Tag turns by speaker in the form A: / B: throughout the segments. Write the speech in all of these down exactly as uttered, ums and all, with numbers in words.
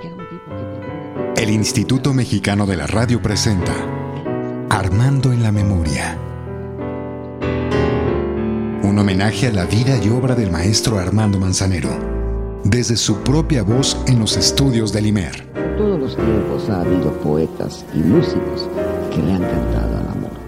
A: El Instituto Mexicano de la Radio presenta Armando en la Memoria. Un homenaje a la vida y obra del maestro Armando Manzanero, desde su propia voz en los estudios del IMER.
B: En todos los tiempos ha habido poetas y músicos que le han cantado al amor.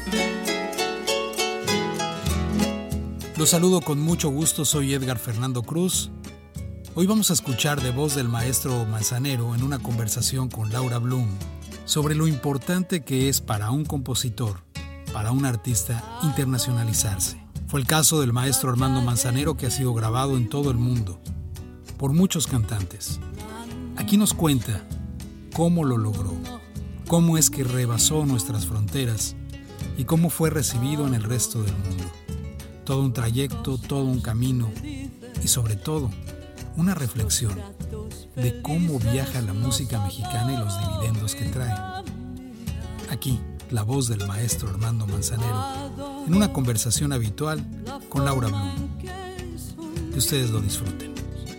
C: Los saludo con mucho gusto, soy Edgar Fernando Cruz. Hoy vamos a escuchar de voz del maestro Manzanero en una conversación con Laura Bloom sobre lo importante que es para un compositor, para un artista, internacionalizarse. Fue el caso del maestro Armando Manzanero, que ha sido grabado en todo el mundo por muchos cantantes. Aquí nos cuenta cómo lo logró, cómo es que rebasó nuestras fronteras y cómo fue recibido en el resto del mundo. Todo un trayecto, todo un camino y sobre todo una reflexión de cómo viaja la música mexicana y los dividendos que trae. Aquí, la voz del maestro Armando Manzanero en una conversación habitual con Laura Bloom. Que ustedes lo disfruten.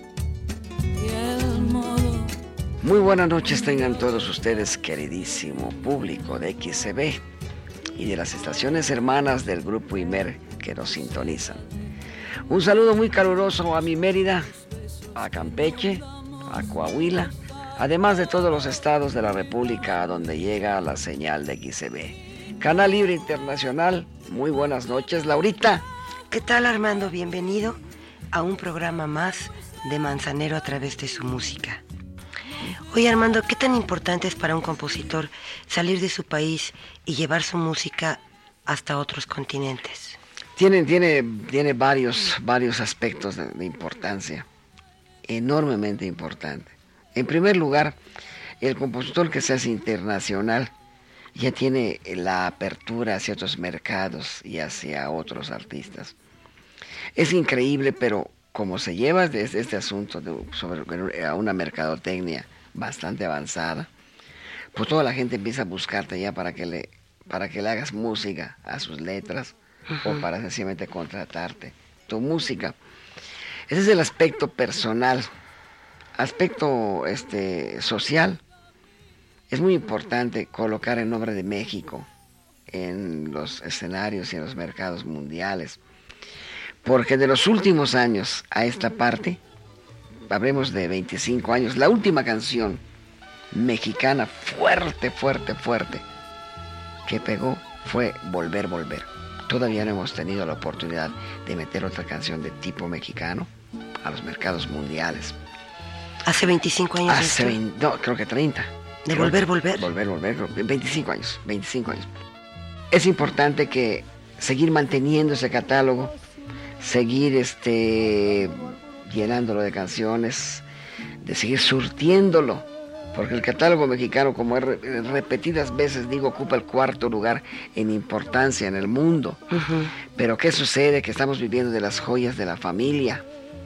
B: Muy buenas noches tengan todos ustedes, queridísimo público de X C B y de las estaciones hermanas del Grupo IMER que nos sintonizan. Un saludo muy caluroso a mi Mérida, a Campeche, a Coahuila, además de todos los estados de la República a donde llega la señal de X C B. Canal Libre Internacional, muy buenas noches, Laurita.
D: ¿Qué tal, Armando? Bienvenido a un programa más de Manzanero a través de su música. Oye, Armando, ¿qué tan importante es para un compositor salir de su país y llevar su música hasta otros continentes?
B: Tiene, tiene, tiene varios, varios aspectos de, de importancia, enormemente importante. En primer lugar, el compositor que se hace internacional ya tiene la apertura hacia otros mercados y hacia otros artistas. Es increíble, pero como se lleva desde este asunto de, sobre a una mercadotecnia bastante avanzada, pues toda la gente empieza a buscarte ya para que le, para que le hagas música a sus letras, uh-huh, o para sencillamente contratarte tu música. Ese es el aspecto personal. Aspecto este, social. Es muy importante colocar el nombre de México en los escenarios y en los mercados mundiales, porque de los últimos años a esta parte, hablemos de veinticinco años, la última canción mexicana fuerte, fuerte, fuerte que pegó fue Volver, Volver. Todavía no hemos tenido la oportunidad de meter otra canción de tipo mexicano a los mercados mundiales.
D: ¿Hace veinticinco años?
B: Hace veinte, no, creo que treinta.
D: ¿De creo Volver, Volver?
B: Volver, Volver, veinticinco años, veinticinco años. Es importante que seguir manteniendo ese catálogo, seguir este, llenándolo de canciones, de seguir surtiéndolo, porque el catálogo mexicano, como he repetidas veces digo, ocupa el cuarto lugar en importancia en el mundo. Uh-huh. Pero ¿qué sucede? Que estamos viviendo de las joyas de la familia.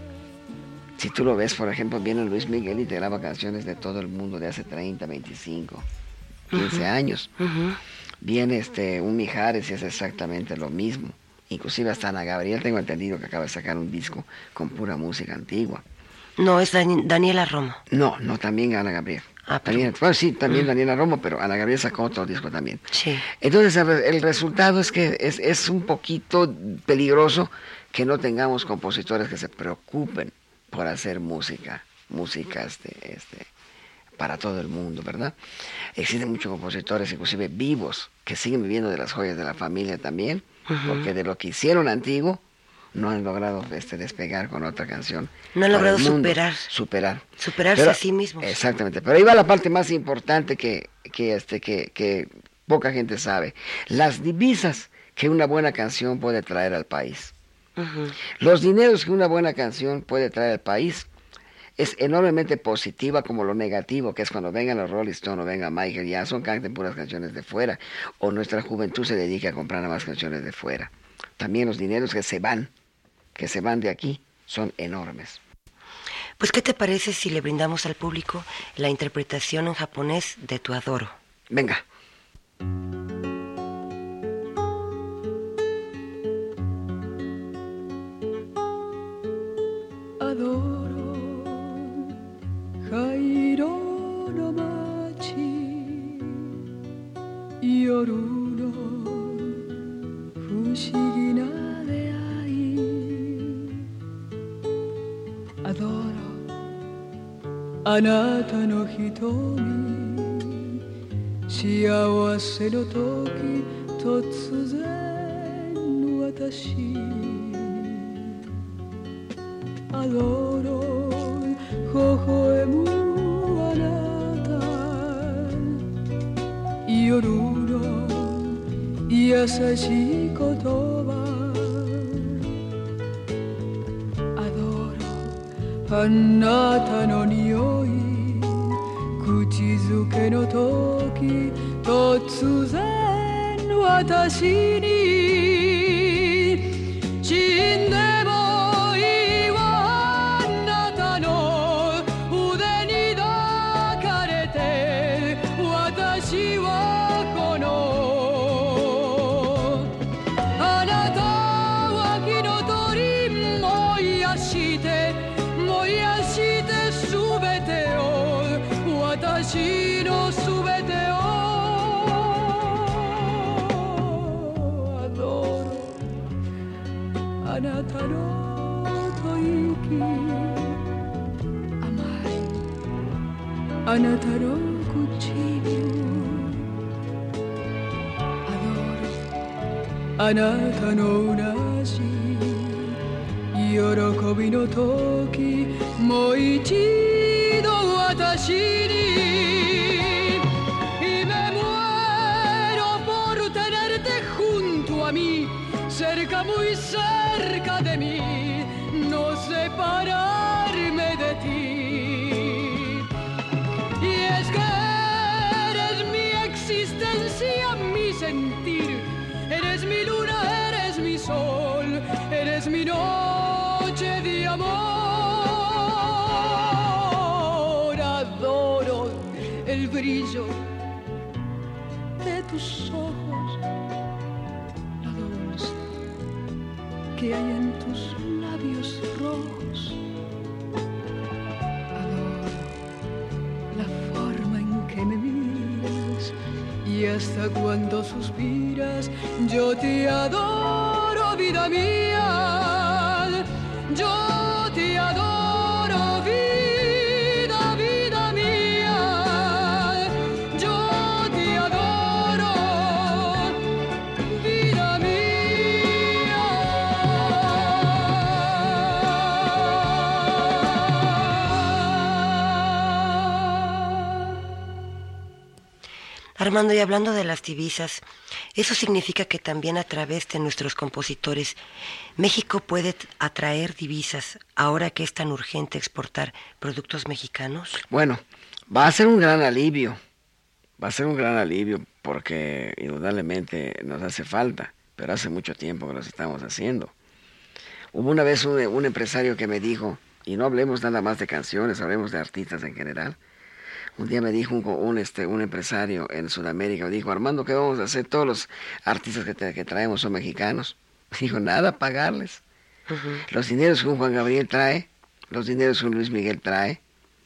B: Si tú lo ves, por ejemplo, viene Luis Miguel y te graba canciones de todo el mundo de hace treinta, veinticinco, quince uh-huh. años. Uh-huh. Viene este, un Mijares y es exactamente lo mismo. Inclusive hasta Ana Gabriel, tengo entendido que acaba de sacar un disco con pura música antigua.
D: No, es Dan- Daniela Romo.
B: No, no, también Ana Gabriel.
D: Ah, pero...
B: también, bueno, sí, también uh-huh. Daniela Romo, pero Ana Gabriel sacó otro disco también.
D: Sí.
B: Entonces el, el resultado es que es, es un poquito peligroso que no tengamos compositores que se preocupen por hacer música, música este, este, para todo el mundo, ¿verdad? Existen muchos compositores, inclusive vivos, que siguen viviendo de las joyas de la familia también, uh-huh. porque de lo que hicieron antiguo, no han logrado este, despegar con otra canción.
D: No han logrado superar.
B: Superar.
D: Superarse
B: pero,
D: a sí mismos.
B: Exactamente. Pero ahí va la parte más importante que, que, este, que, que poca gente sabe. Las divisas que una buena canción puede traer al país. Uh-huh. Los dineros que una buena canción puede traer al país es enormemente positiva, como lo negativo, que es cuando vengan los Rolling Stones o venga Michael Jackson, canten puras canciones de fuera, o nuestra juventud se dedica a comprar nada más canciones de fuera. También los dineros que se van, que se van de aquí, son enormes.
D: Pues, ¿qué te parece si le brindamos al público la interpretación en japonés de Tu Adoro?
B: Venga.
E: Adoro Jairo の街夜の不思議な出会いAdoroあなたの瞳幸せの時突然私Adoro微笑むあなた夜の優しい言葉Adoroあなたの匂い口づけの時突然私に死んで私のすべてを Adoro あなたの吐息甘いあなたの唇 Adoro あなたのうなじ喜びの時もう一度私に A mí, cerca, muy cerca de mí, no separarme de ti. Y es que eres mi existencia, mi sentir, eres mi luna, eres mi sol, eres mi noche de amor. Adoro el brillo de tus ojos. Que hay en tus labios rojos Adoro la forma en que me miras Y hasta cuando suspiras Yo te adoro, vida mía Yo te adoro, vida, vida mía Yo te adoro, vida mía
D: Armando, y hablando de las divisas, ¿eso significa que también a través de nuestros compositores México puede atraer divisas ahora que es tan urgente exportar productos mexicanos?
B: Bueno, va a ser un gran alivio, va a ser un gran alivio porque indudablemente nos hace falta, pero hace mucho tiempo que lo estamos haciendo. Hubo una vez un, un empresario que me dijo, y no hablemos nada más de canciones, hablemos de artistas en general. Un día me dijo un, un, este, un empresario en Sudamérica, me dijo, Armando, ¿qué vamos a hacer? Todos los artistas que, te, que traemos son mexicanos. Me dijo, nada, pagarles. Uh-huh. Los dineros que un Juan Gabriel trae, los dineros que un Luis Miguel trae,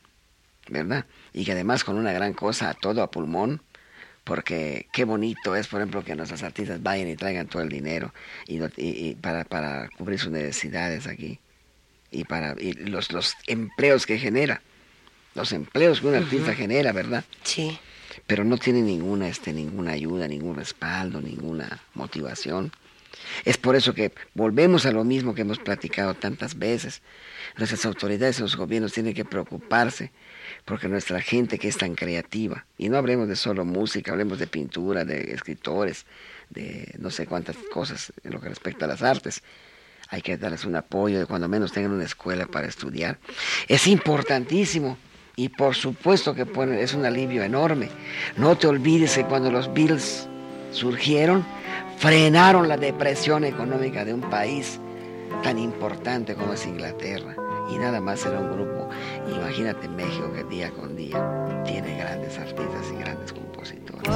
B: ¿verdad? Y que además con una gran cosa, a todo a pulmón, porque qué bonito es, por ejemplo, que nuestros artistas vayan y traigan todo el dinero y, y, y para, para cubrir sus necesidades aquí y para y los, los empleos que genera. Los empleos que un artista uh-huh. genera, ¿verdad?
D: Sí.
B: Pero no tiene ninguna, este, ninguna ayuda, ningún respaldo, ninguna motivación. Es por eso que volvemos a lo mismo que hemos platicado tantas veces. Nuestras autoridades y los gobiernos tienen que preocuparse porque nuestra gente que es tan creativa, y no hablemos de solo música, hablemos de pintura, de escritores, de no sé cuántas cosas en lo que respecta a las artes, hay que darles un apoyo, de cuando menos tengan una escuela para estudiar. Es importantísimo. Y por supuesto que pone, es un alivio enorme. No te olvides que cuando los Beatles surgieron, frenaron la depresión económica de un país tan importante como es Inglaterra. Y nada más era un grupo. Imagínate México que día con día tiene grandes artistas y grandes compositores.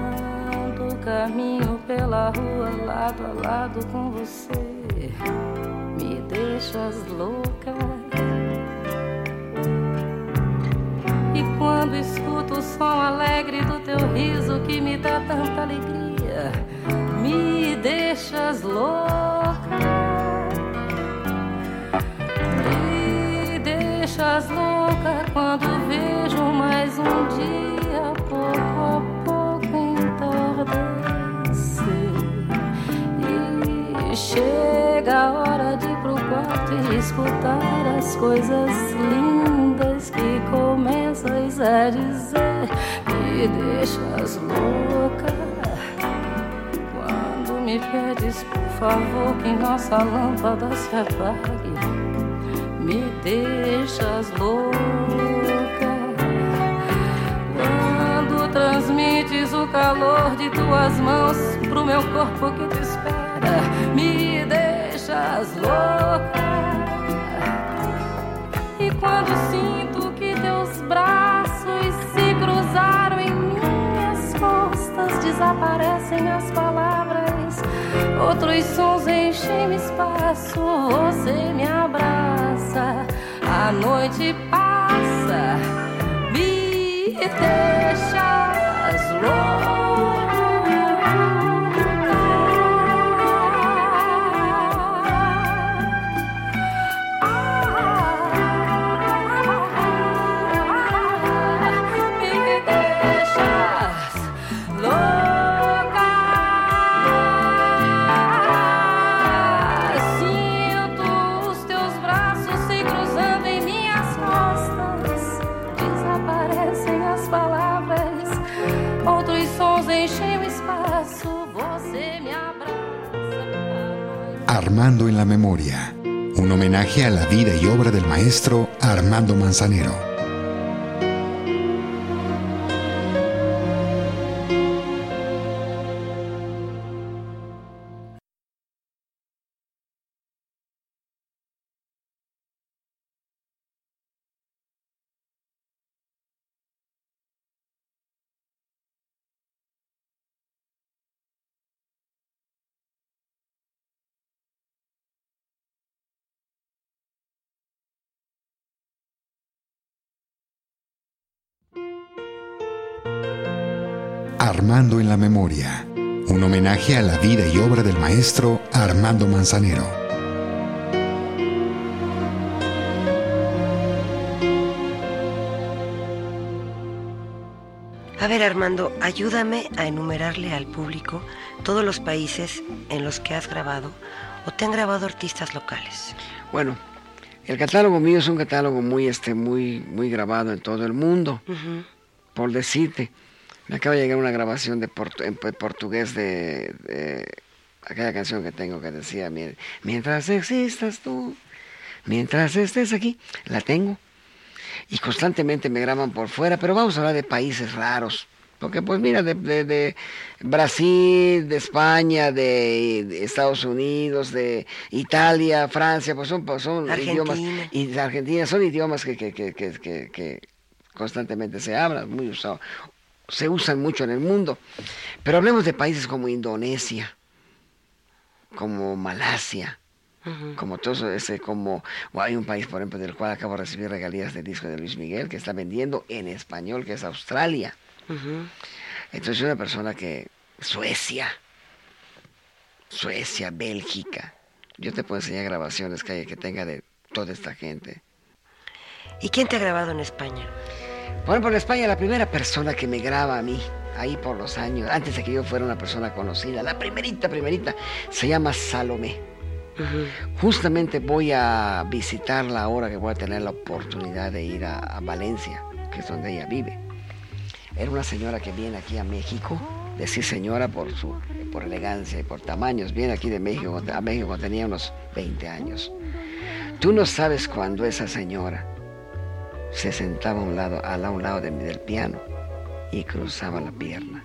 F: Quando caminho pela rua lado a lado com você, me deixas louca. E quando quando escuto o som alegre do teu riso que me dá tanta alegria, me deixas louca, me deixas louca quando vejo mais um dia pouco a pouco entardecer e chega a hora de ir pro quarto e escutar as coisas lindas que começas a dizer. Me deixas louca quando me pedes, por favor, que nossa lâmpada se apague. Me deixas louca quando transmites o calor de tuas mãos pro meu corpo que te espera. Me deixas louca e quando sinto que teus braços se cruzaram em minhas costas, desaparecem as palavras, outros sons enchem o espaço, você me abraça, a noite passa, me deixas louca.
A: Armando en la Memoria, un homenaje a la vida y obra del maestro Armando Manzanero. Armando en la Memoria, un homenaje a la vida y obra del maestro Armando Manzanero.
D: A ver, Armando, ayúdame a enumerarle al público todos los países en los que has grabado o te han grabado artistas locales.
B: Bueno, el catálogo mío es un catálogo muy, este, muy, muy grabado en todo el mundo. Uh-huh. Por decirte, me acaba de llegar una grabación de portu- en portugués de, de aquella canción que tengo que decía, mientras existas tú, mientras estés aquí, la tengo. Y constantemente me graban por fuera, pero vamos a hablar de países raros. Porque pues mira, de, de, de Brasil, de España, de, de Estados Unidos, de Italia, Francia, pues son, pues son idiomas, y de Argentina, son idiomas que, que, que, que, que, que constantemente se hablan, muy usado. Se usan mucho en el mundo, pero hablemos de países como Indonesia, como Malasia, uh-huh. como todo ese, como well, hay un país, por ejemplo, del cual acabo de recibir regalías del disco de Luis Miguel, que está vendiendo en español, que es Australia. Uh-huh. Entonces una persona que, Suecia, Suecia, Bélgica, yo te puedo enseñar grabaciones que, hay, que tenga de toda esta gente.
D: ¿Y quién te ha grabado en España?
B: Por ejemplo, en España la primera persona que me graba a mí, ahí por los años, antes de que yo fuera una persona conocida, la primerita, primerita, se llama Salomé. Uh-huh. Justamente voy a visitarla ahora que voy a tener la oportunidad de ir a, a Valencia, que es donde ella vive. Era una señora que viene aquí a México, decir señora por su por elegancia y por tamaños, viene aquí de México, a México cuando tenía unos veinte años. Tú no sabes cuándo esa señora se sentaba a un lado, a un lado de, del piano y cruzaba la pierna.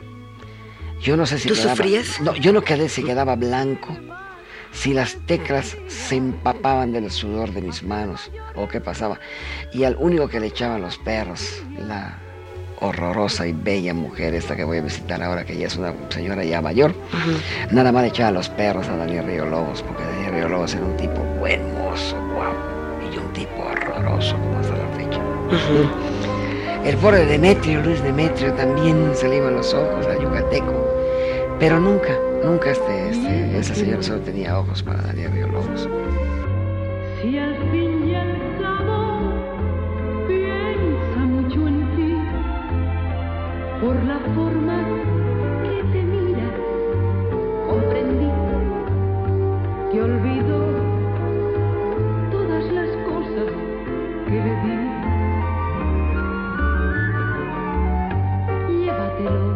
B: Yo no sé si
D: ¿Tú
B: quedaba,
D: sufrías?
B: No, yo no quedé si quedaba blanco, si las teclas se empapaban del sudor de mis manos o qué pasaba. Y al único que le echaban los perros, la horrorosa y bella mujer esta que voy a visitar ahora, que ya es una señora ya mayor, uh-huh. nada más le echaba los perros a Daniel Río Lobos, porque Daniel Río Lobos era un tipo buen mozo, guapo, y un tipo horroroso como hasta la fecha. Uh-huh. El pobre Demetrio, Luis Demetrio, también se le iban los ojos al yucateco. Pero nunca, nunca este, este, esa señora solo tenía ojos para Daniel Villalobos.
E: Si al fin y al cabo piensa mucho en ti, por la forma que te mira, comprendí que olvidó todas las cosas que le di. Llévatelo,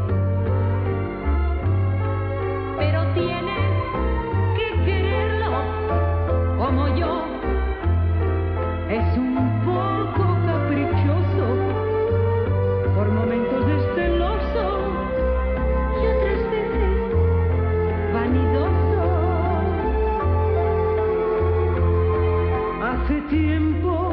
E: pero tienes que quererlo como yo. Es un poco caprichoso, por momentos desceloso y otras veces vanidoso. Hace tiempo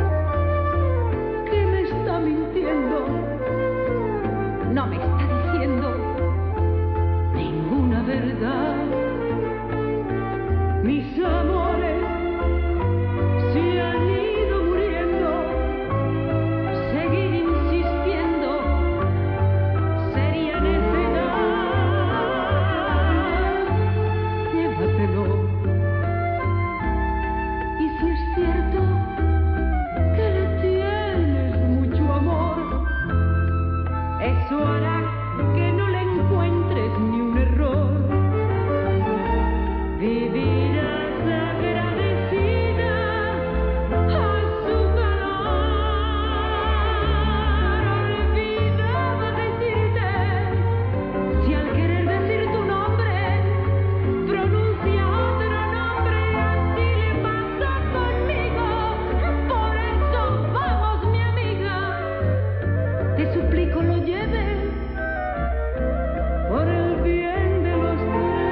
E: que me está mintiendo, no me está diciendo ninguna verdad. Mis amores se han ido muriendo, seguir insistiendo sería necedad. Llévatelo. Y si es cierto que le tienes mucho amor, eso hará que no le encuentres ni un error. Vivirás agradecida a su calor. Olvidaba decirte, si al querer decir tu nombre pronuncia otro nombre, así le pasa conmigo. Por eso vamos, mi amiga, te suplico lo lleves por el bien de los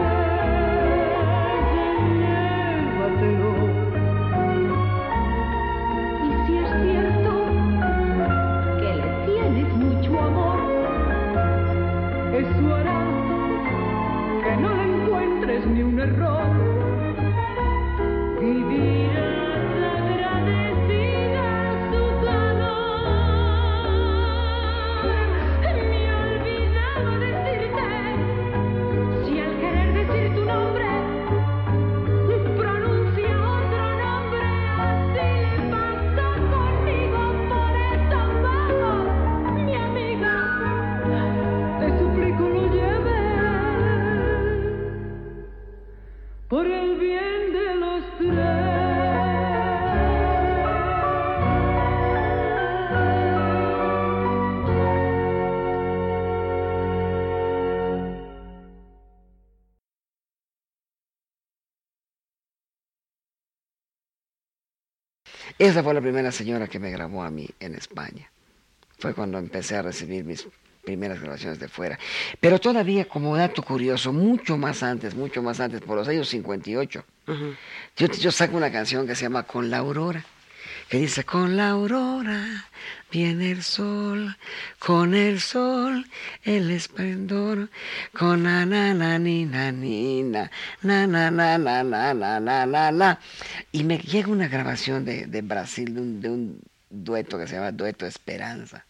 E: tres. Llévatelo. Y si es cierto que le tienes mucho amor, eso hará que no le encuentres ni un error. Vivirás agradecida a su calor. Me olvidaba decirte, si al querer decir tu nombre pronuncia otro nombre, así le pasa conmigo. Por eso vamos, mi amiga, te suplico lo lleves por el bien de los tres.
B: Esa fue la primera señora que me grabó a mí en España. Fue cuando empecé a recibir mis primeras grabaciones de fuera. Pero todavía, como dato curioso, mucho más antes, mucho más antes, por los años cincuenta y ocho,
D: Ujú.
B: yo, yo saco una canción que se llama Con la Aurora, que dice: con la aurora viene el sol, con el sol el esplendor, con na na na ni na ni na na na na na na na na na na. Y me llega una grabación de, de Brasil, de un, de un dueto que se llama Dueto Esperanza.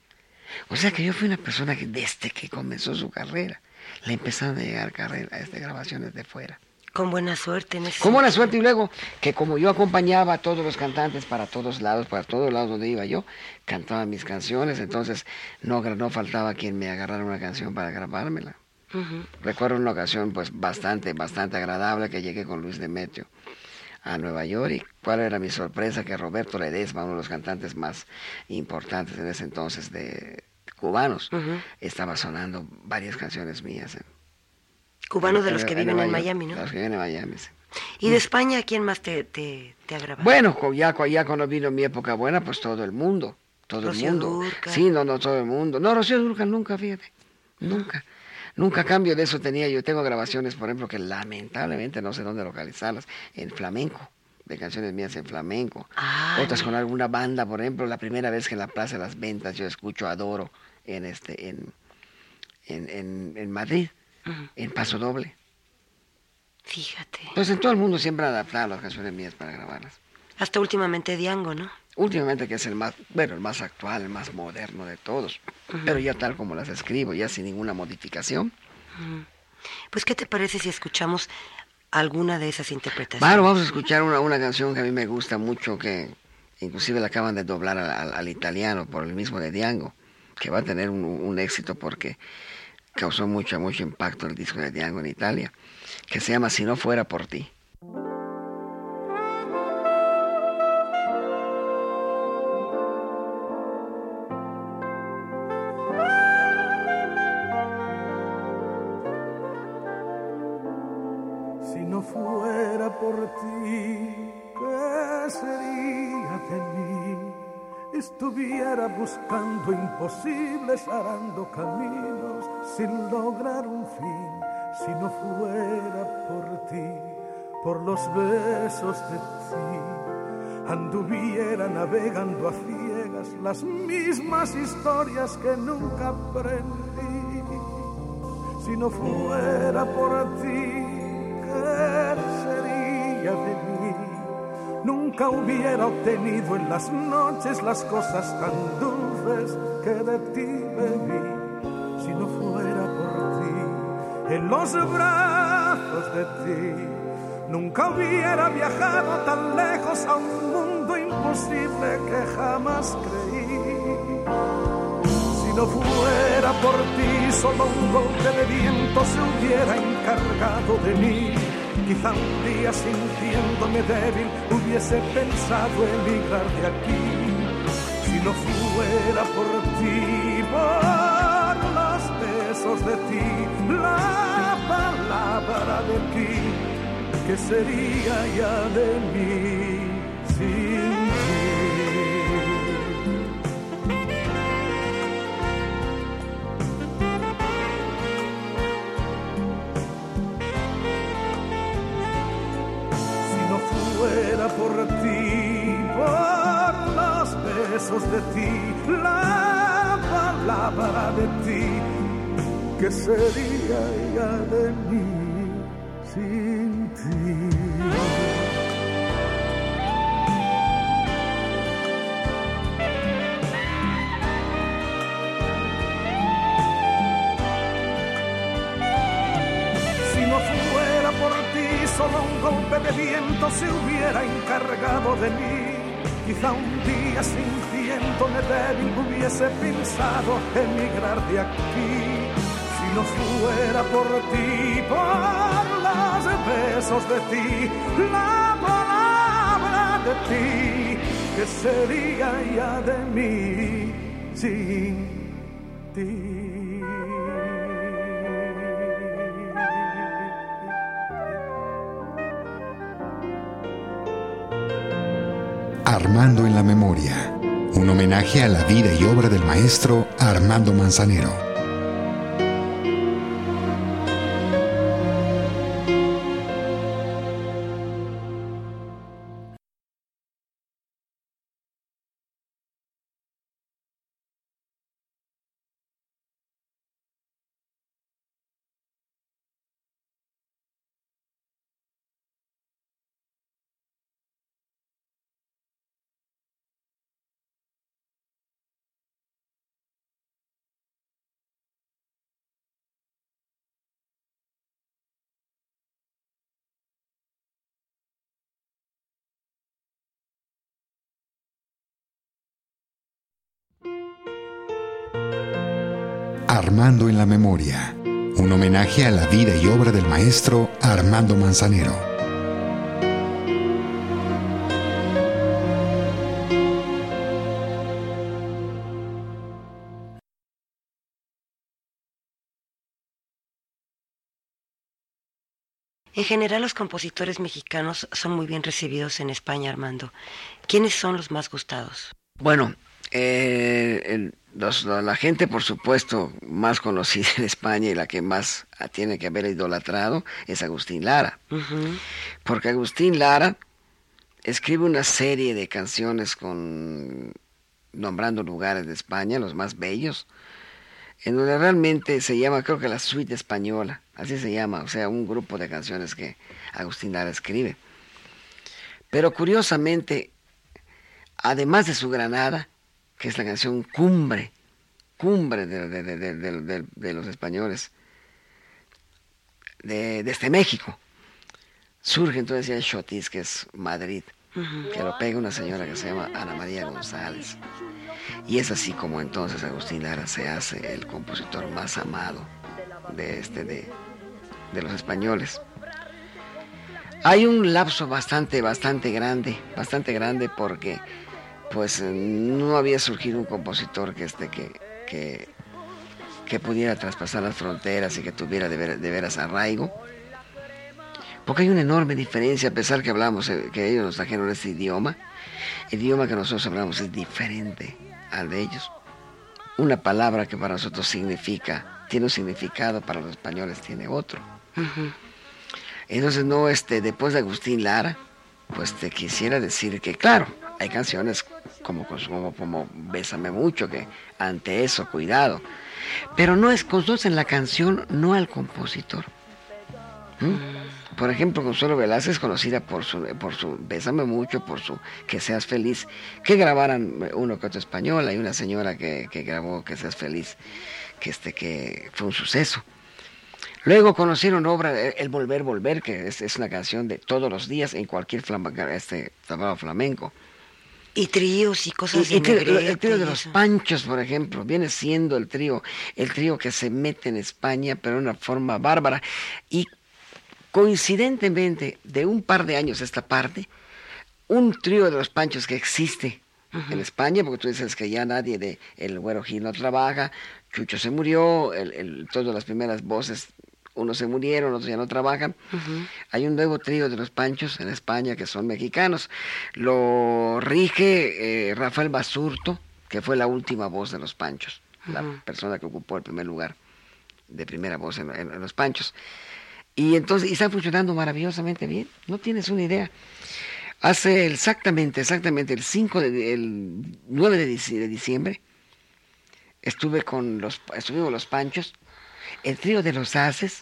B: O sea que yo fui una persona que desde que comenzó su carrera le empezaron a llegar carrera, este, grabaciones de fuera.
D: Con buena suerte en ese
B: Con buena suerte, y luego que como yo acompañaba a todos los cantantes para todos lados, para todos lados donde iba yo, cantaba mis canciones, entonces no, no faltaba quien me agarrara una canción para grabármela.
D: Ujú.
B: Recuerdo una ocasión pues bastante, bastante agradable que llegué con Luis Demetrio a Nueva York, y cuál era mi sorpresa, que Roberto Ledesma, uno de los cantantes más importantes en ese entonces de cubanos,
D: Ujú.
B: estaba sonando varias canciones mías. En,
D: Cubano de
B: en-
D: los que
B: en
D: viven
B: Nueva
D: en
B: York,
D: Miami,
B: de
D: ¿no?
B: los que viven en Miami, sí.
D: ¿Y de España quién más te, te, te ha grabado?
B: Bueno, co- ya, co- ya cuando vino mi época buena, pues todo el mundo, todo
D: Rocío
B: el mundo.
D: Dúrcal.
B: Sí, no, no, todo el mundo. No, Rocío Dúrcal nunca, fíjate, nunca. Nunca a cambio de eso tenía, yo tengo grabaciones, por ejemplo, que lamentablemente no sé dónde localizarlas, en flamenco, de canciones mías en flamenco.
D: Ah,
B: Otras con
D: mira.
B: alguna banda, por ejemplo, la primera vez que en la Plaza de las Ventas yo escucho Adoro en este, en, en, en, en Madrid,
D: Ujú.
B: en Paso Doble.
D: Fíjate.
B: Pues en todo el mundo siempre han adaptado las canciones mías para grabarlas.
D: Hasta últimamente Diango, ¿no?
B: últimamente, que es el más, bueno, el más actual, el más moderno de todos, uh-huh. pero ya tal como las escribo, ya sin ninguna modificación.
D: Uh-huh. Pues, ¿qué te parece si escuchamos alguna de esas interpretaciones?
B: Bueno, vamos a escuchar una, una canción que a mí me gusta mucho, que inclusive la acaban de doblar al, al, al italiano por el mismo de Diango, que va a tener un, un éxito porque causó mucho, mucho impacto el disco de Diango en Italia, que se llama Si no fuera por ti.
G: Si no fuera por ti, ¿qué sería de mí? Estuviera buscando imposibles, arando caminos sin lograr un fin. Si no fuera por ti, por los besos de ti, anduviera navegando a ciegas las mismas historias que nunca aprendí. Si no fuera por ti, ¿qué sería de mí? Nunca hubiera obtenido en las noches las cosas tan dulces que de ti bebí. Si no fuera por ti, en los brazos de ti, nunca hubiera viajado tan lejos a un mundo imposible que jamás creí. Si no fuera por ti, solo un golpe de viento se hubiera encargado de mí. Quizá un día, sintiéndome débil, hubiese pensado emigrar de aquí. Si no fuera por ti, por los besos de ti, la palabra de ti, ¿qué sería ya de mí sin ti? Fuera por ti, por los besos de ti, la palabra de ti, ¿qué sería ya de mí sin ti? Solo un golpe de viento se hubiera encargado de mí. Quizá un día, sintiéndome débil, hubiese pensado emigrar de aquí. Si no fuera por ti, por los besos de ti, la palabra de ti, ¿qué sería ya de mí sin ti?
A: Armando en la Memoria, un homenaje a la vida y obra del maestro Armando Manzanero. Armando en la Memoria, un homenaje a la vida y obra del maestro Armando Manzanero.
D: En general, los compositores mexicanos son muy bien recibidos en España, Armando. ¿Quiénes son los más gustados?
B: Bueno, eh, el, los, la gente, por supuesto, más conocida en España y la que más tiene que haber idolatrado es Agustín Lara. Uh-huh. Porque Agustín Lara escribe una serie de canciones con nombrando lugares de España, los más bellos, en donde realmente se llama, creo que la suite española, así se llama, o sea, un grupo de canciones que Agustín Lara escribe. Pero curiosamente, además de su Granada, que es la canción cumbre, cumbre de, de, de, de, de, de los españoles, de, desde México, surge entonces ya el Xotis, que es Madrid, uh-huh. que lo pega una señora que se llama Ana María González. Y es así como entonces Agustín Lara se hace el compositor más amado de, este, de, de los españoles. Hay un lapso bastante, bastante grande, bastante grande porque pues no había surgido un compositor que, este, que, que, que pudiera traspasar las fronteras y que tuviera de, ver, de veras arraigo. Porque hay una enorme diferencia, a pesar que hablamos, que ellos nos trajeron este idioma, el idioma que nosotros hablamos es diferente al de ellos. Una palabra que para nosotros significa, tiene un significado, para los españoles tiene otro. Uh-huh. Entonces, no, este, después de Agustín Lara, pues te quisiera decir que, claro, hay canciones como, como, como Bésame Mucho, que ante eso, cuidado. Pero no es, conocen la canción, no al compositor. ¿Mm? Por ejemplo, Consuelo Velázquez es conocida por su, por su Bésame Mucho, por su Que Seas Feliz, que grabaran uno que otro español. Hay una señora que, que grabó Que Seas Feliz, que, este, que fue un suceso. Luego conocieron obra, El Volver, Volver, que es, es una canción de todos los días en cualquier flama, este, flamenco.
D: Y tríos y cosas
B: y, y
D: de
B: trío, El trío de los Panchos, por ejemplo, viene siendo el trío, el trío que se mete en España, pero de una forma bárbara. Y coincidentemente, de un par de años a esta parte, un trío de los Panchos que existe uh-huh. en España, porque tú dices que ya nadie de El Güero Gil no trabaja, Chucho se murió, el, el, todas las primeras voces, unos se murieron, otros ya no trabajan. Uh-huh. Hay un nuevo trío de los Panchos en España que son mexicanos. Lo rige eh, Rafael Basurto, que fue la última voz de los Panchos, uh-huh. la persona que ocupó el primer lugar de primera voz en, en, en los Panchos. Y entonces, y están funcionando maravillosamente bien, no tienes una idea. Hace exactamente, exactamente el cinco de, el nueve de diciembre, estuve con los, estuvimos los Panchos, el trío de los Haces,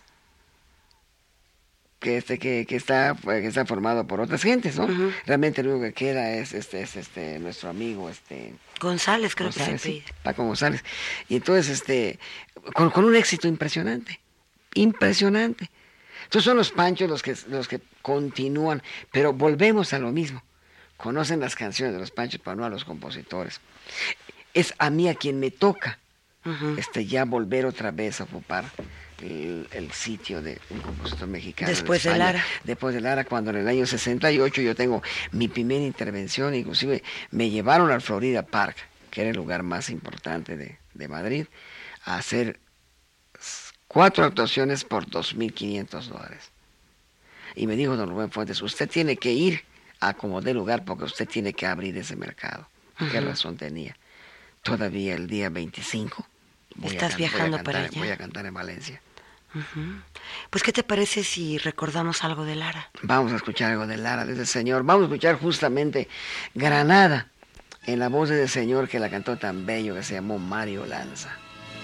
B: que este, que, que está, que está formado por otras gentes, ¿no? Uh-huh. Realmente lo único que queda es este, es este, nuestro amigo, este
D: González, creo
B: González,
D: que se
B: sí, Paco González. Y entonces, este, con, con un éxito impresionante, impresionante. Entonces son los Panchos los que, los que continúan, pero volvemos a lo mismo. Conocen las canciones de los Panchos, pero no a los compositores. Es a mí a quien me toca uh-huh. este, ya volver otra vez a ocupar el, el sitio de un compositor mexicano.
D: Después
B: de, España,
D: de Lara.
B: Después de Lara, cuando en el año sesenta y ocho yo tengo mi primera intervención, inclusive me llevaron al Florida Park, que era el lugar más importante de, de Madrid, a hacer cuatro actuaciones por dos mil quinientos dólares. Y me dijo don Rubén Fuentes, usted tiene que ir a como dé lugar porque usted tiene que abrir ese mercado. Uh-huh. ¿Qué razón tenía? Todavía el día veinticinco voy
D: estás
B: a can-
D: viajando
B: voy a cantar,
D: para allá.
B: Voy a cantar en Valencia.
D: Uh-huh. Pues, ¿qué te parece si recordamos algo de Lara?
B: Vamos a escuchar algo de Lara, de ese señor. Vamos a escuchar justamente Granada, en la voz de ese señor que la cantó tan bello, que se llamó Mario Lanza.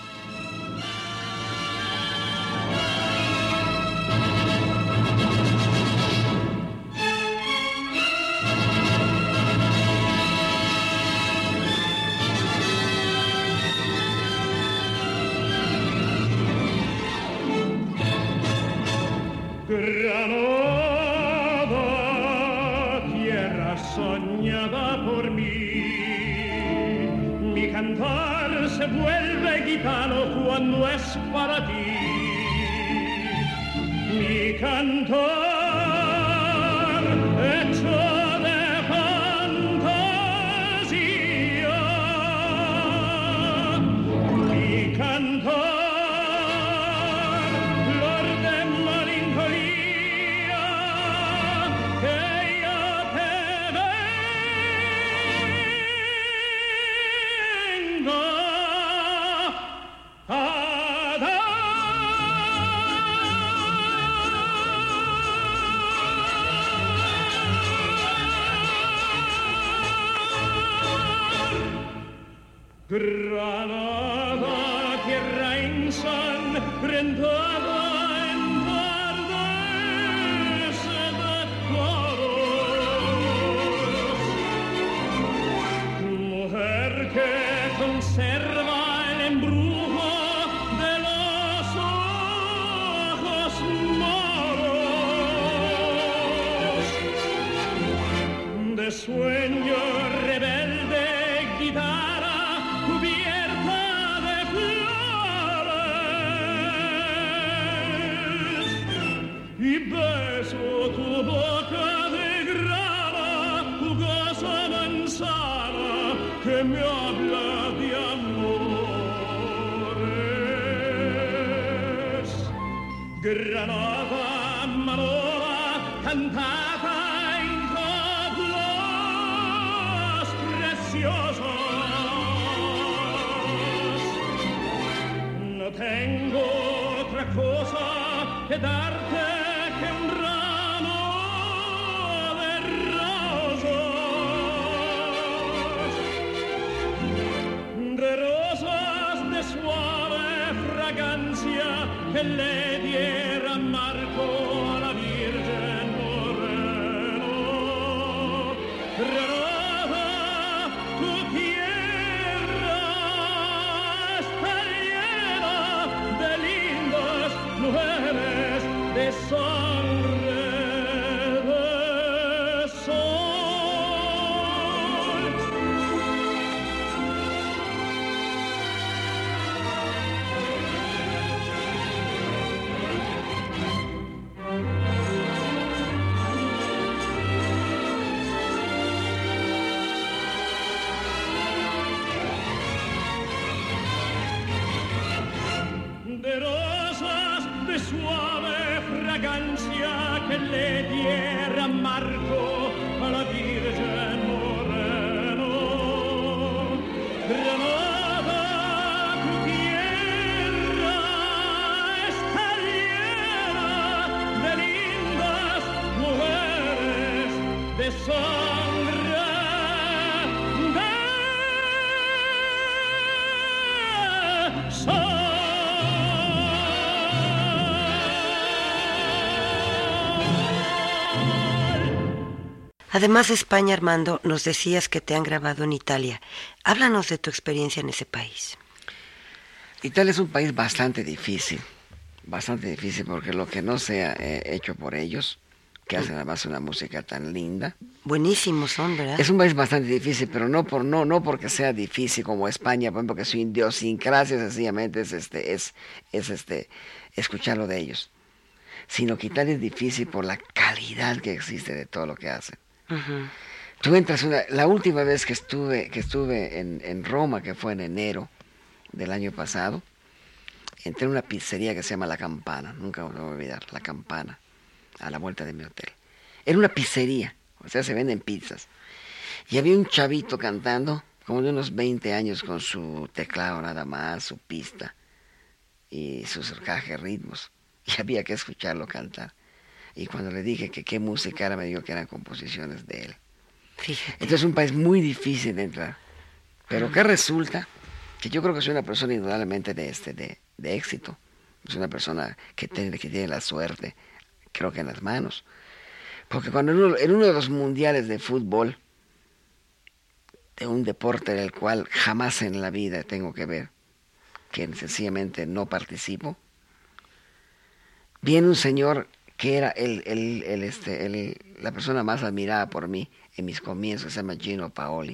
H: Granada, tierra soñada por mí, mi cantar se vuelve gitano cuando es para ti. Mi cantar hecho de fantasía, mi cantar Granada, tierra ensangrentada en tardes de toros. Granada, Manora, cantata in coplas preciosos. No tengo otra cosa que darte que un ramo de rosas, de rosas de suave fragancia que le diera Marco a la Virgen Moreno. Granada, tu tierra está llena de lindas mujeres de sangre de sol. De rosas de suave fragancia que le diera Marco a la Virgen Moreno. Granada, tu tierra está llena de lindas mujeres de sangre de sol.
D: Además de España, Armando, nos decías que te han grabado en Italia. Háblanos de tu experiencia en ese país.
B: Italia es un país bastante difícil, bastante difícil porque lo que no sea eh, hecho por ellos, que hacen además una música tan linda.
D: Buenísimos son, ¿verdad?
B: Es un país bastante difícil, pero no por no no porque sea difícil como España, por ejemplo, que su idiosincrasia sencillamente es este es es este escucharlo de ellos, sino que Italia es difícil por la calidad que existe de todo lo que hacen.
D: Uh-huh.
B: Tú entras una, la última vez que estuve que estuve en, en Roma, que fue en enero del año pasado, entré en una pizzería que se llama La Campana, nunca me voy a olvidar, La Campana, a la vuelta de mi hotel. Era una pizzería, o sea, se venden pizzas. Y había un chavito cantando, como de unos veinte años, con su teclado nada más, su pista y sus cajas de ritmos. Y había que escucharlo cantar. Y cuando le dije que qué música era, me dijo que eran composiciones de él.
D: Fíjate.
B: Entonces es un país muy difícil de entrar. Pero que resulta que yo creo que soy una persona indudablemente de, este, de, de éxito. Es una persona que tiene, que tiene la suerte, creo que en las manos. Porque cuando en uno, en uno de los mundiales de fútbol, de un deporte del cual jamás en la vida tengo que ver, que sencillamente no participo, viene un señor que era el, el, el, este, el, la persona más admirada por mí en mis comienzos, se llama Gino Paoli,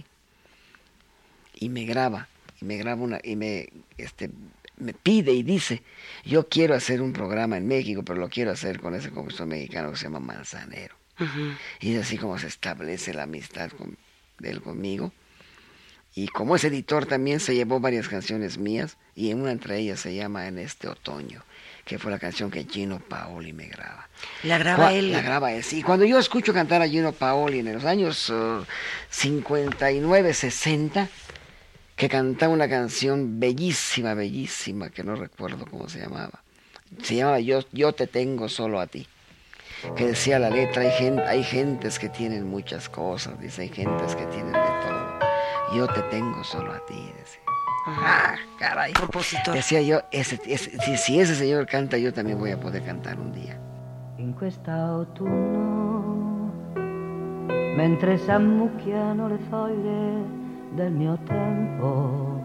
B: y me graba, y me graba una, y me, este, me pide y dice, yo quiero hacer un programa en México, pero lo quiero hacer con ese compositor mexicano que se llama Manzanero. Uh-huh. Y es así como se establece la amistad con, de él conmigo. Y como es editor también se llevó varias canciones mías, y en una entre ellas se llama En este otoño, que fue la canción que Gino Paoli me graba.
D: ¿La graba él?
B: La graba él, sí. Cuando yo escucho cantar a Gino Paoli en los años uh, cincuenta y nueve, sesenta, que cantaba una canción bellísima, bellísima, que no recuerdo cómo se llamaba. Se llamaba Yo, yo te tengo solo a ti. Que decía la letra, hay, gente, hay gentes que tienen muchas cosas, dice, hay gentes que tienen de todo. Yo te tengo solo a ti, decía. Ah, caray.
D: Compositor.
B: Decía yo, ese, ese, si, si ese señor canta, yo también voy a poder cantar un día.
F: In quest'autunno, mentre s'ammucchiano le foglie del mio tempo,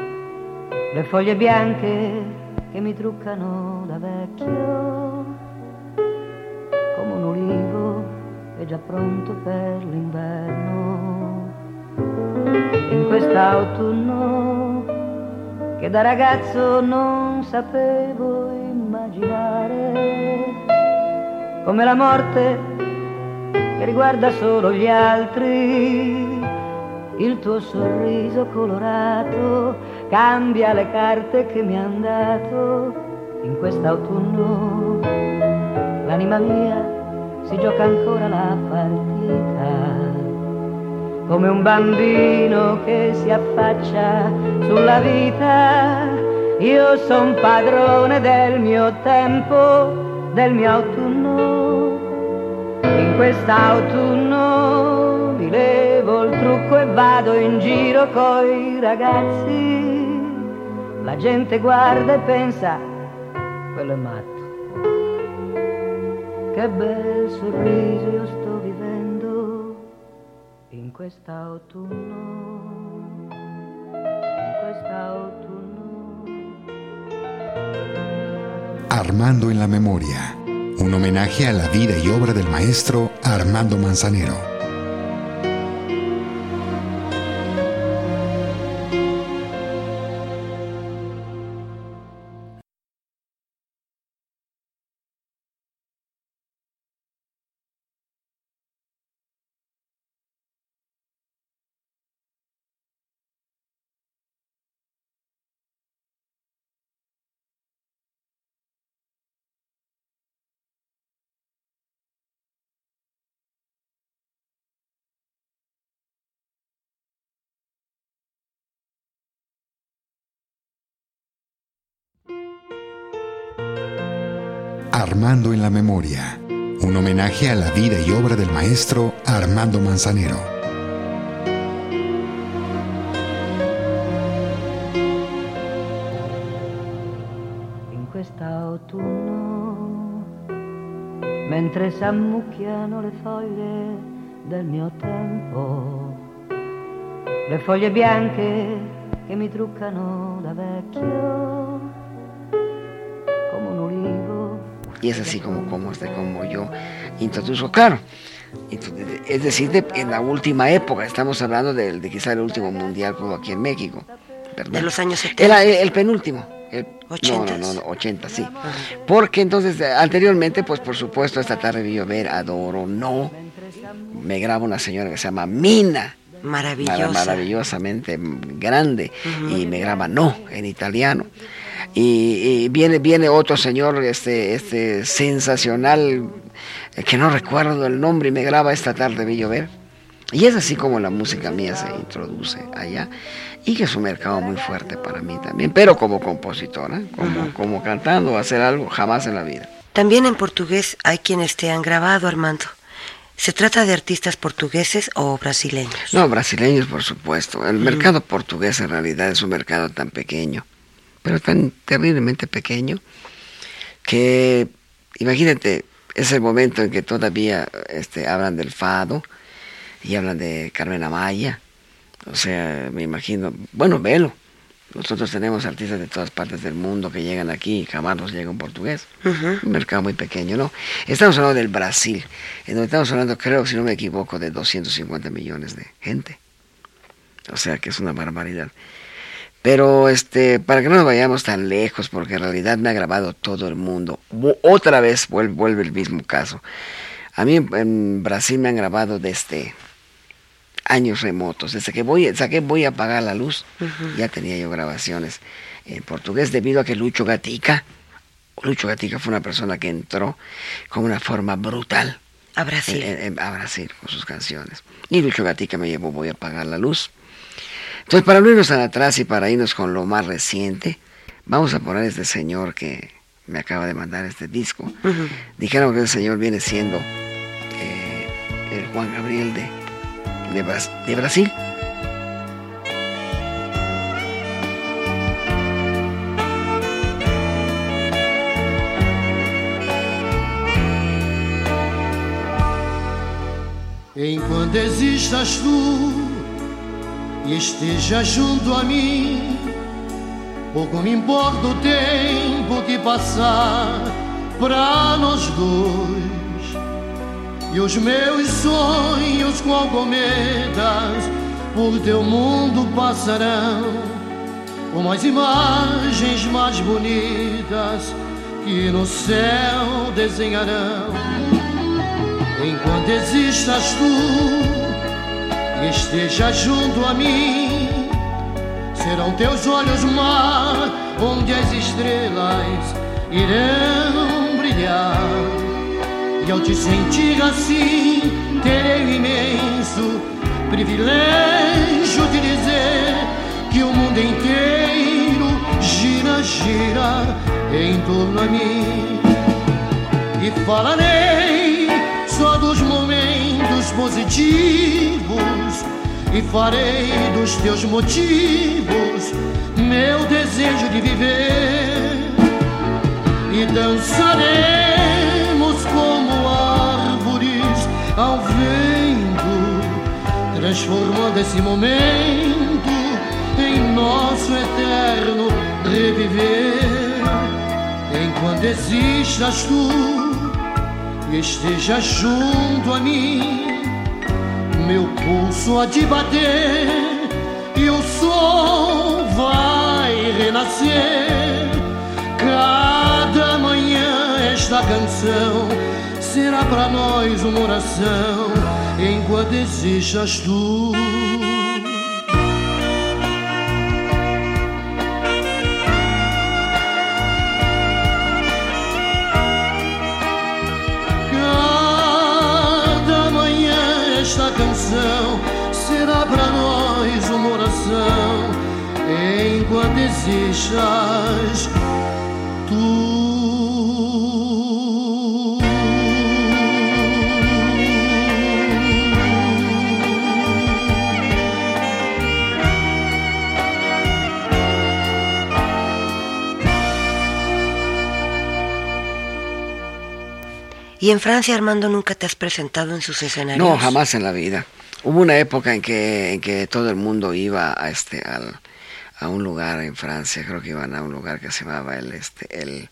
F: le foglie bianche che mi truccano da vecchio, come un ulivo è già pronto per l'inverno. In quest'autunno che da ragazzo non sapevo immaginare, come la morte che riguarda solo gli altri, il tuo sorriso colorato cambia le carte che mi han dato
I: In quest'autunno l'anima mia si gioca ancora la partita, come un bambino che si affaccia sulla vita. Io son padrone del mio tempo, del mio autunno. In quest'autunno mi levo il trucco e vado in giro coi ragazzi. La gente guarda e pensa, quello è matto. Che bel sorriso io sto vivendo in quest'autunno, in quest'autunno.
A: Armando en la memoria, un homenaje a la vida y obra del maestro Armando Manzanero. Armando en la memoria, un homenaje a la vida y obra del maestro Armando Manzanero.
I: In quest'autunno, mentre s'ammucchiano le foglie del mio tempo, le foglie bianche che mi truccano da vecchio, come un olivo.
B: Y es así como, como, este, como yo introduzco, claro. Es decir, de, en la última época, estamos hablando de, de quizá el último mundial que hubo aquí en México. ¿Verdad?
D: De los años setenta.
B: Era el, el penúltimo. El,
D: ochenta.
B: No, no, no, ochenta, sí. Ajá. Porque entonces, anteriormente, pues por supuesto, esta tarde vi llover, adoro, no. Me graba una señora que se llama Mina.
D: Maravillosa.
B: Maravillosamente grande. Uh-huh. Y me graba no, en italiano. Y, y viene viene otro señor este este sensacional que no recuerdo el nombre y me graba esta tarde vi llover. Y es así como la música mía se introduce allá y que es un mercado muy fuerte para mí también, pero como compositora, como, uh-huh. como cantando, hacer algo jamás en la vida.
D: También en portugués hay quienes te han grabado, Armando. ¿Se trata de artistas portugueses o brasileños?
B: No, brasileños por supuesto. El uh-huh. mercado portugués en realidad es un mercado tan pequeño, pero tan terriblemente pequeño, que imagínate, es el momento en que todavía este, hablan del fado y hablan de Carmen Amaya. O sea, me imagino, bueno, velo, nosotros tenemos artistas de todas partes del mundo que llegan aquí y jamás nos llega un portugués. Uh-huh. Un mercado muy pequeño, ¿no? Estamos hablando del Brasil, en donde estamos hablando, creo, si no me equivoco, de doscientos cincuenta millones de gente. O sea, que es una barbaridad. Pero este, para que no nos vayamos tan lejos, porque en realidad me ha grabado todo el mundo. Otra vez vuelve, vuelve el mismo caso. A mí en, en Brasil me han grabado desde años remotos. Desde que voy, saqué Voy a apagar la luz, uh-huh. ya tenía yo grabaciones en portugués, debido a que Lucho Gatica, Lucho Gatica fue una persona que entró con una forma brutal
D: a Brasil,
B: en, en, a Brasil con sus canciones. Y Lucho Gatica me llevó Voy a apagar la luz. Entonces, para no irnos tan atrás y para irnos con lo más reciente, vamos a poner este señor que me acaba de mandar este disco. Uh-huh. Dijeron que el señor viene siendo eh, el Juan Gabriel de, de, Bras- de Brasil.
J: Enquanto existas tú e esteja junto a mim, pouco me importa o tempo que passar para nós dois. E os meus sonhos qual cometas por teu mundo passarão, como as imagens mais bonitas que no céu desenharão. Enquanto existas tu e esteja junto a mim, serão teus olhos mar onde as estrelas irão brilhar. E ao te sentir assim, terei o imenso privilégio de dizer que o mundo inteiro gira, gira em torno a mim. E falarei só dos momentos positivos e farei dos teus motivos meu desejo de viver. E dançaremos como árvores ao vento, transformando esse momento em nosso eterno reviver. Enquanto existas tu e estejas junto a mim, meu pulso há de bater e o sol vai renascer. Cada manhã esta canção será pra nós uma oração. Enquanto existas tu. Esta canção será pra nós uma oração. Enquanto existas tu.
D: ¿Y en Francia, Armando, nunca te has presentado en sus escenarios?
B: No, jamás en la vida. Hubo una época en que, en que todo el mundo iba a este al, a un lugar en Francia, creo que iban a un lugar que se llamaba el este el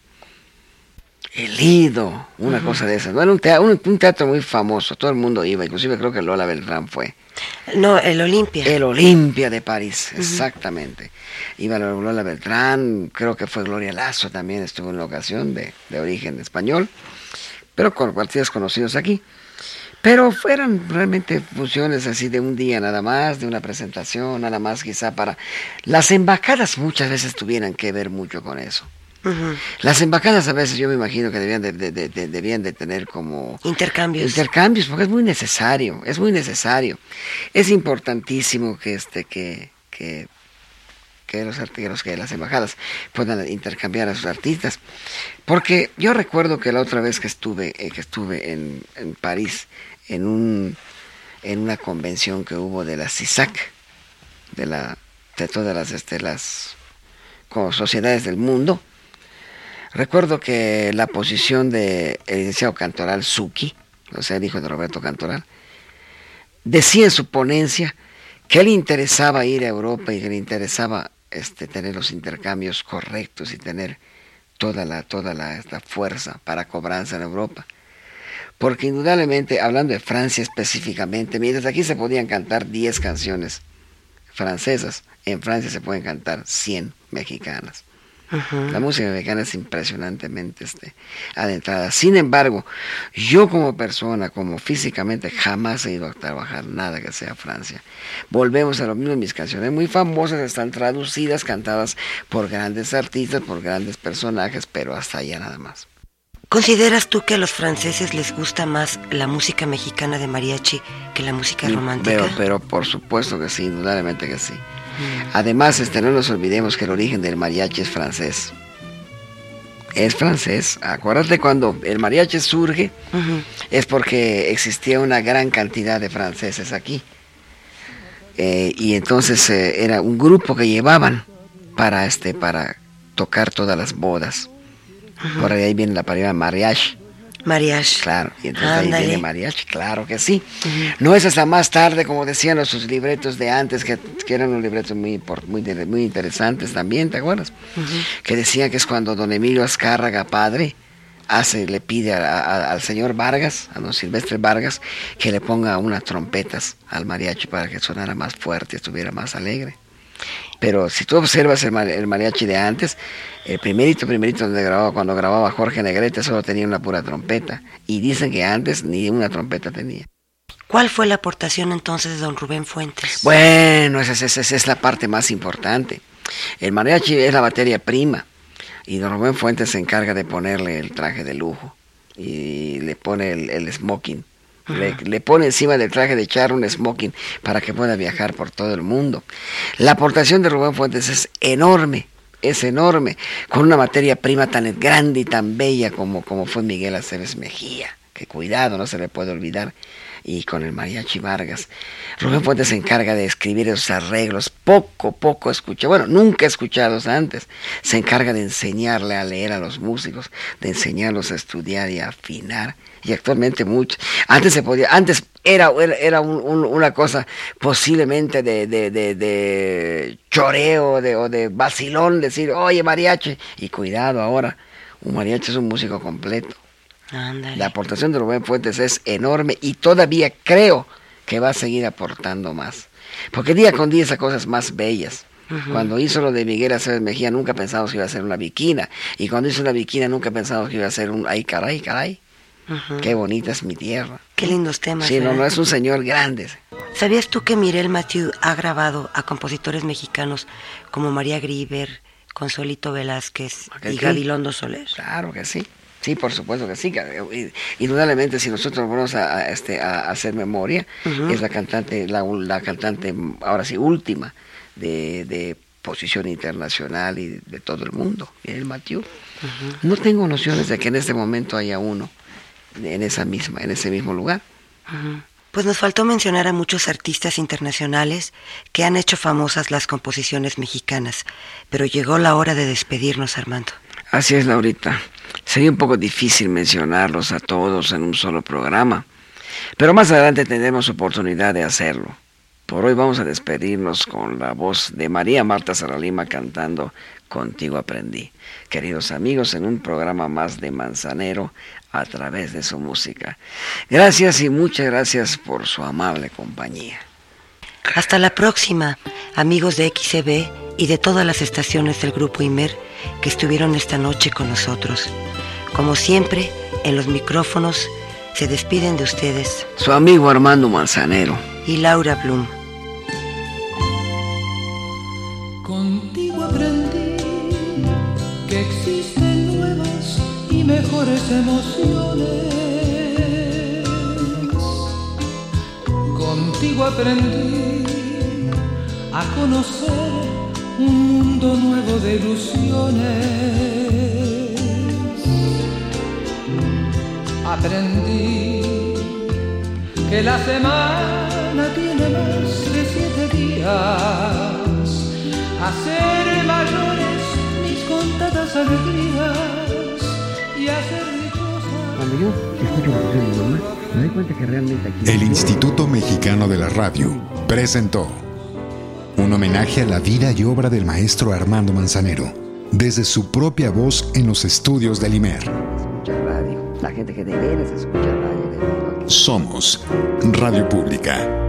B: el Lido, una uh-huh. cosa de esas. Bueno, un teatro, un, un teatro muy famoso, todo el mundo iba, inclusive creo que Lola Beltrán fue.
D: No, el Olimpia.
B: El Olimpia de París, uh-huh. exactamente. Iba Lola Beltrán, creo que fue Gloria Lazo también, estuvo en una ocasión de, de origen español, pero con partidos conocidos aquí. Pero fueron realmente funciones así de un día nada más, de una presentación nada más, quizá para... Las embajadas muchas veces tuvieran que ver mucho con eso. Uh-huh. Las embajadas a veces yo me imagino que debían de, de, de, de, debían de tener como...
D: Intercambios.
B: Intercambios, porque es muy necesario, es muy necesario. Es importantísimo que, este, que, que, que los artistas, que las embajadas puedan intercambiar a sus artistas. Porque yo recuerdo que la otra vez que estuve, eh, que estuve en, en París, en un en una convención que hubo de la C I S A C, de la de todas las este, las como sociedades del mundo, recuerdo que la posición de el licenciado Cantoral Zucchi, o sea, el hijo de Roberto Cantoral, decía en su ponencia que le interesaba ir a Europa y que le interesaba este tener los intercambios correctos y tener toda la toda la esta fuerza para cobranza en Europa. Porque indudablemente, hablando de Francia específicamente, mientras aquí se podían cantar diez canciones francesas, en Francia se pueden cantar cien mexicanas. Uh-huh. La música mexicana es impresionantemente este, adentrada. Sin embargo, yo como persona, como físicamente, jamás he ido a trabajar nada que sea Francia. Volvemos a lo mismo, mis canciones muy famosas están traducidas, cantadas por grandes artistas, por grandes personajes, pero hasta allá nada más.
D: ¿Consideras tú que a los franceses les gusta más la música mexicana de mariachi que la música romántica?
B: Pero, pero por supuesto que sí, indudablemente que sí. Mm. Además, este, no nos olvidemos que el origen del mariachi es francés. Es francés. Acuérdate, cuando el mariachi surge, uh-huh. es porque existía una gran cantidad de franceses aquí. Eh, y entonces eh, era un grupo que llevaban para, este, para tocar todas las bodas. Uh-huh. Por ahí viene la palabra mariage.
D: Mariage.
B: Claro, y entonces Ándale. ahí viene mariachi, claro que sí. Uh-huh. No es hasta más tarde, como decían los sus libretos de antes, que, que eran unos libretos muy, muy, muy interesantes también, ¿te acuerdas? Uh-huh. Que decían que es cuando don Emilio Azcárraga, padre, hace, le pide a, a, al señor Vargas, a don Silvestre Vargas, que le ponga unas trompetas al mariachi para que sonara más fuerte, estuviera más alegre. Pero si tú observas el, el mariachi de antes, el primerito, primerito donde grababa, cuando grababa Jorge Negrete, solo tenía una pura trompeta. Y dicen que antes ni una trompeta tenía.
D: ¿Cuál fue la aportación entonces de don Rubén Fuentes?
B: Bueno, esa, esa, esa es la parte más importante. El mariachi es la materia prima. y don Rubén Fuentes se encarga de ponerle el traje de lujo y le pone el, el smoking. Le, le pone encima del traje de charro un smoking para que pueda viajar por todo el mundo. La aportación de Rubén Fuentes es enorme, es enorme, con una materia prima tan grande y tan bella como, como fue Miguel Aceves Mejía, que cuidado, no se le puede olvidar, y con el Mariachi Vargas. Rubén Fuentes se encarga de escribir esos arreglos, poco, poco escuchados, bueno, nunca escuchados antes. Se encarga de enseñarle a leer a los músicos, de enseñarlos a estudiar y a afinar. Y actualmente mucho. Antes se podía, antes era, era, era un, un, una cosa posiblemente de, de, de, de choreo de, o de vacilón, decir, oye, mariachi. Y cuidado ahora, un mariachi es un músico completo.
D: Ándale.
B: La aportación de Rubén Fuentes es enorme y todavía creo que va a seguir aportando más. Porque día con día esas cosas más bellas. Uh-huh. Cuando hizo lo de Miguel Aceves Mejía nunca pensamos que iba a ser una viquina. Y cuando hizo una viquina nunca pensamos que iba a ser un ay caray, caray. Uh-huh. Qué bonita es mi tierra.
D: Qué lindos temas.
B: Sí, no, no es un señor grande.
D: ¿Sabías tú que Mireille Mathieu ha grabado a compositores mexicanos como María Grieber, Consuelito Velázquez y Gabilondo Soler?
B: Claro que sí. Sí, por supuesto que sí. Indudablemente, si nosotros vamos a, a, este, a hacer memoria, uh-huh. es la cantante, la, la cantante, ahora sí, última de, de posición internacional y de todo el mundo, Mireille Mathieu. Uh-huh. No tengo nociones de que en este momento haya uno en esa misma, en ese mismo lugar.
D: Uh-huh. Pues nos faltó mencionar a muchos artistas internacionales que han hecho famosas las composiciones mexicanas, pero llegó la hora de despedirnos, Armando.
B: Así es, Laurita. Sería un poco difícil mencionarlos a todos en un solo programa, pero más adelante tendremos oportunidad de hacerlo. Por hoy vamos a despedirnos con la voz de María Marta Saralima cantando Contigo Aprendí. Queridos amigos, en un programa más de Manzanero a través de su música. Gracias y muchas gracias por su amable compañía.
D: Hasta la próxima, amigos de X C B y de todas las estaciones del Grupo Imer que estuvieron esta noche con nosotros. Como siempre, en los micrófonos se despiden de ustedes
B: su amigo Armando Manzanero
D: y Laura Blum.
E: Contigo aprendí que existen nuevas y mejores emociones. Contigo aprendí a conocer un mundo nuevo de ilusiones. Aprendí que la semana tiene más de siete días, a ser mayores mis contadas alegrías y a ser dichosas.
B: Cuando yo escucho la canción de mi mamá, me doy cuenta que realmente aquí...
A: El Instituto Mexicano de la Radio presentó un homenaje a la vida y obra del maestro Armando Manzanero, desde su propia voz en los estudios del Imer.
B: Escucha radio, la gente que de veras escucha radio.
A: Somos Radio Pública.